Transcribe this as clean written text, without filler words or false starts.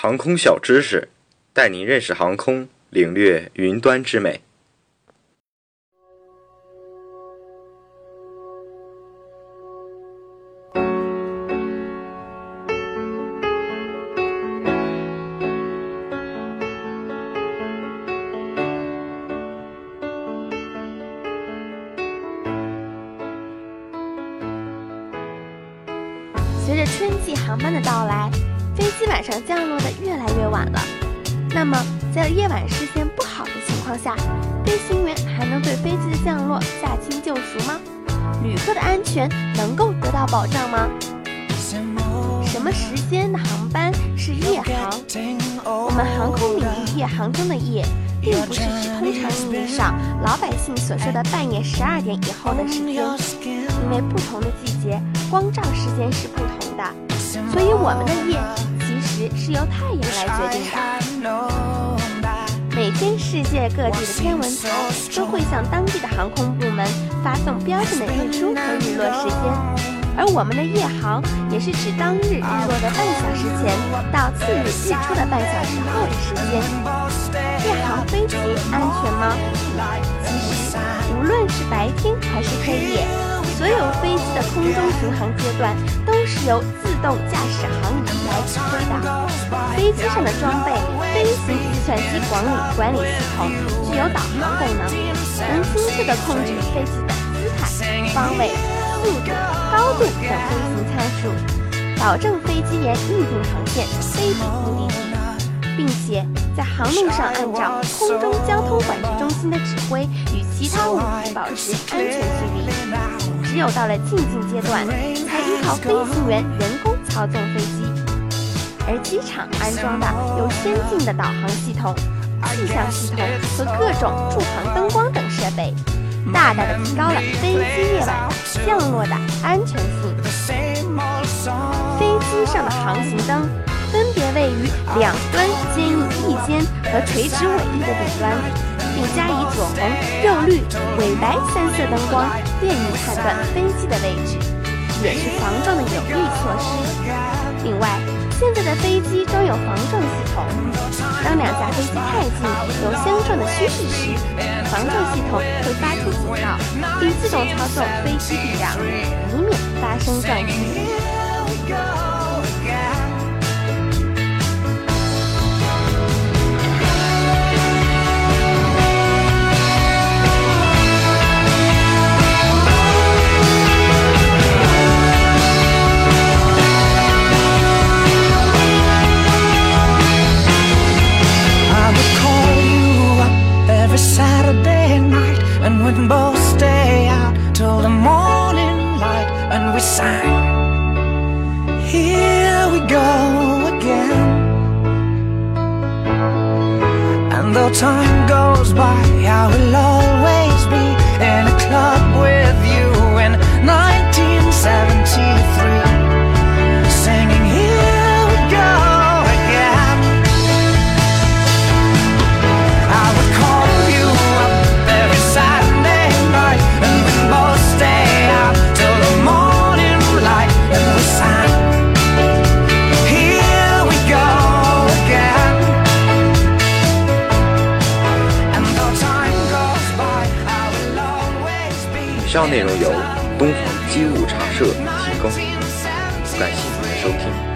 航空小知识，带您认识航空，领略云端之美。 随着春季航班的到来，飞机晚上降落的越来越晚了。那么，在夜晚视线不好的情况下，飞行员还能对飞机的降落驾轻就熟吗？旅客的安全能够得到保障吗？什么时间的航班是夜航？我们航空领域夜航中的夜，并不是指通常意义上老百姓所说的半夜12点以后的时间，因为不同的季节，光照时间是不同的，所以我们的夜其实是由太阳来决定的。每天世界各地的天文台都会向当地的航空部门发送标准的日出和日落时间。而我们的夜航也是指当日日落的半小时前到次日日出的半小时后的时间。夜航飞行安全吗？其实，无论是白天还是黑夜，所有飞机的空中巡航阶段都是由自动驾驶航仪来指挥的。飞机上的装备飞行计算机管理系统具有导航功能，能精确地控制飞机的姿态、方位、速度、高度等飞行参数，保证飞机沿预定航线飞抵目的地，并且在航路上按照空中交通管制中心的指挥与其他物体保持安全距离。只有到了进阶段，才依靠飞行员人工操纵飞机。而机场安装的有先进的导航系统、气象系统和各种驻航灯光等设备，大大的提高了飞机夜晚降落的安全性。飞机上的航行灯分别位于两端坚硬翼尖和垂直尾翼的顶端，并加以左红、右绿、尾白3色灯光，便于判断飞机的位置，也是防撞的有力措施。另外，现在的飞机装有防撞系统，当两架飞机太近有相撞的趋势时，防撞系统会发出警告，并自动操纵飞机避让，以免发生撞击。 Saturday night, and we'd both stay out till the morning light, and we sang, here we go again. And though time goes by, I will always be in a club with you in 1973, singing here we go again. I would call 以上内容由东方机务茶社提供，感谢您的收听。